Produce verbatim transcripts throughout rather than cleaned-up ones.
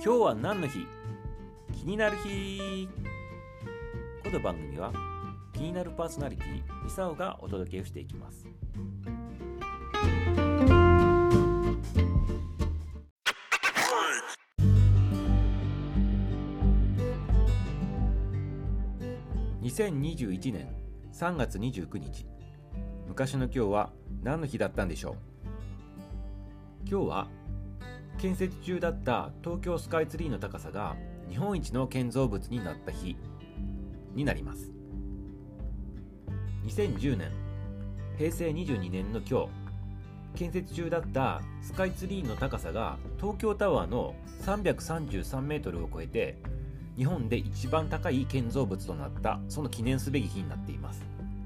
今日は何の日？気になる日。この番組は気になるパーソナリティミサオがお届けをしていきます。にせんにじゅういちねんさんがつにじゅうくにち、昔の今日は何の日だったんでしょう。今日は建設中だった東京スカイツリーの高さが日本一の建造物になった日になります。にせんじゅうねんへいせいにじゅうにねんの今日、建設中だったスカイツリーの高さが東京タワーのさんびゃくさんじゅうさんメートルを超えて日本で一番高い建造物となった、その記念すべき日になっています。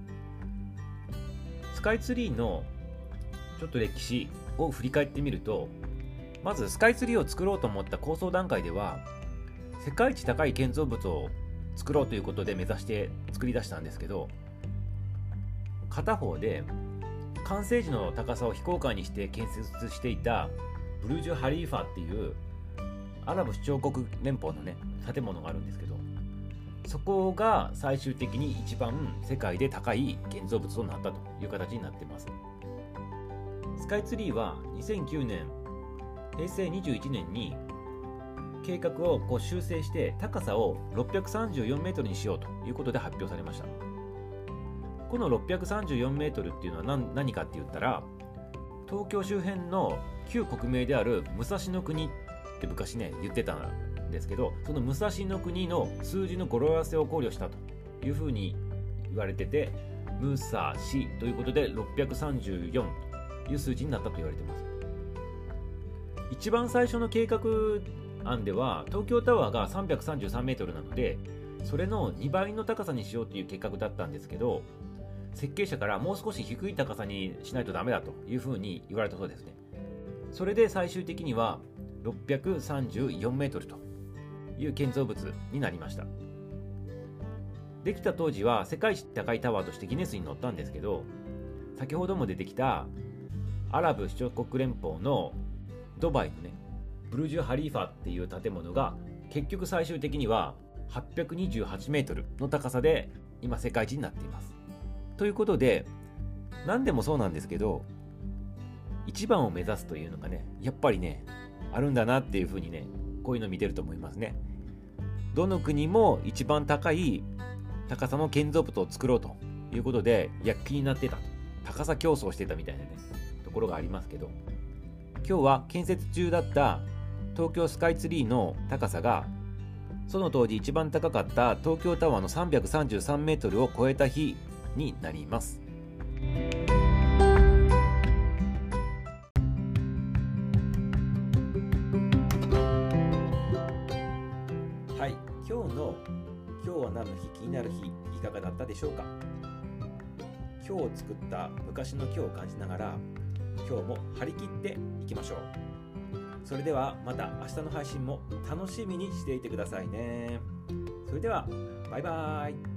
スカイツリーのちょっと歴史を振り返ってみると、まずスカイツリーを作ろうと思った構想段階では世界一高い建造物を作ろうということで目指して作り出したんですけど、片方で完成時の高さを非公開にして建設していたブルジュ・ハリーファっていうアラブ首長国連邦のね建物があるんですけど、そこが最終的に一番世界で高い建造物となったという形になっています。スカイツリーはにせんきゅうねんへいせいにじゅういちねんに計画をこう修正して高さをろっぴゃくさんじゅうよんメートルにしようということで発表されました。このろっぴゃくさんじゅうよんメートルっていうのは 何, 何かって言ったら、東京周辺の旧国名である武蔵の国って昔ね言ってたんですけど、その武蔵の国の数字の語呂合わせを考慮したというふうに言われてて、ムサシということでろっぴゃくさんじゅうよんという数字になったと言われています。一番最初の計画案では東京タワーがさんびゃくさんじゅうさんメートルなので、それのにばいの高さにしようという計画だったんですけど、設計者からもう少し低い高さにしないとダメだというふうに言われたそうですね。それで最終的にはろっぴゃくさんじゅうよんメートルという建造物になりました。できた当時は世界一高いタワーとしてギネスに載ったんですけど、先ほども出てきたアラブ首長国連邦のドバイのねブルジュ・ハリーファっていう建物が結局最終的にははっぴゃくにじゅうはちメートルの高さで今世界一になっています。ということで、何でもそうなんですけど、一番を目指すというのがねやっぱりねあるんだなっていうふうにね、こういうの見てると思いますね。どの国も一番高い高さの建造物を作ろうということで躍起になってたと、高さ競争してたみたいなねところがありますけど、今日は建設中だった東京スカイツリーの高さがその当時一番高かった東京タワーのさんびゃくさんじゅうさんメートルを超えた日になります。はい、今日の今日は何の日、気になる日、いかがだったでしょうか。今日を作った昔の今日を感じながら、今日も張り切っていきましょう。それではまた明日の配信も楽しみにしていてくださいね。それではバイバーイ。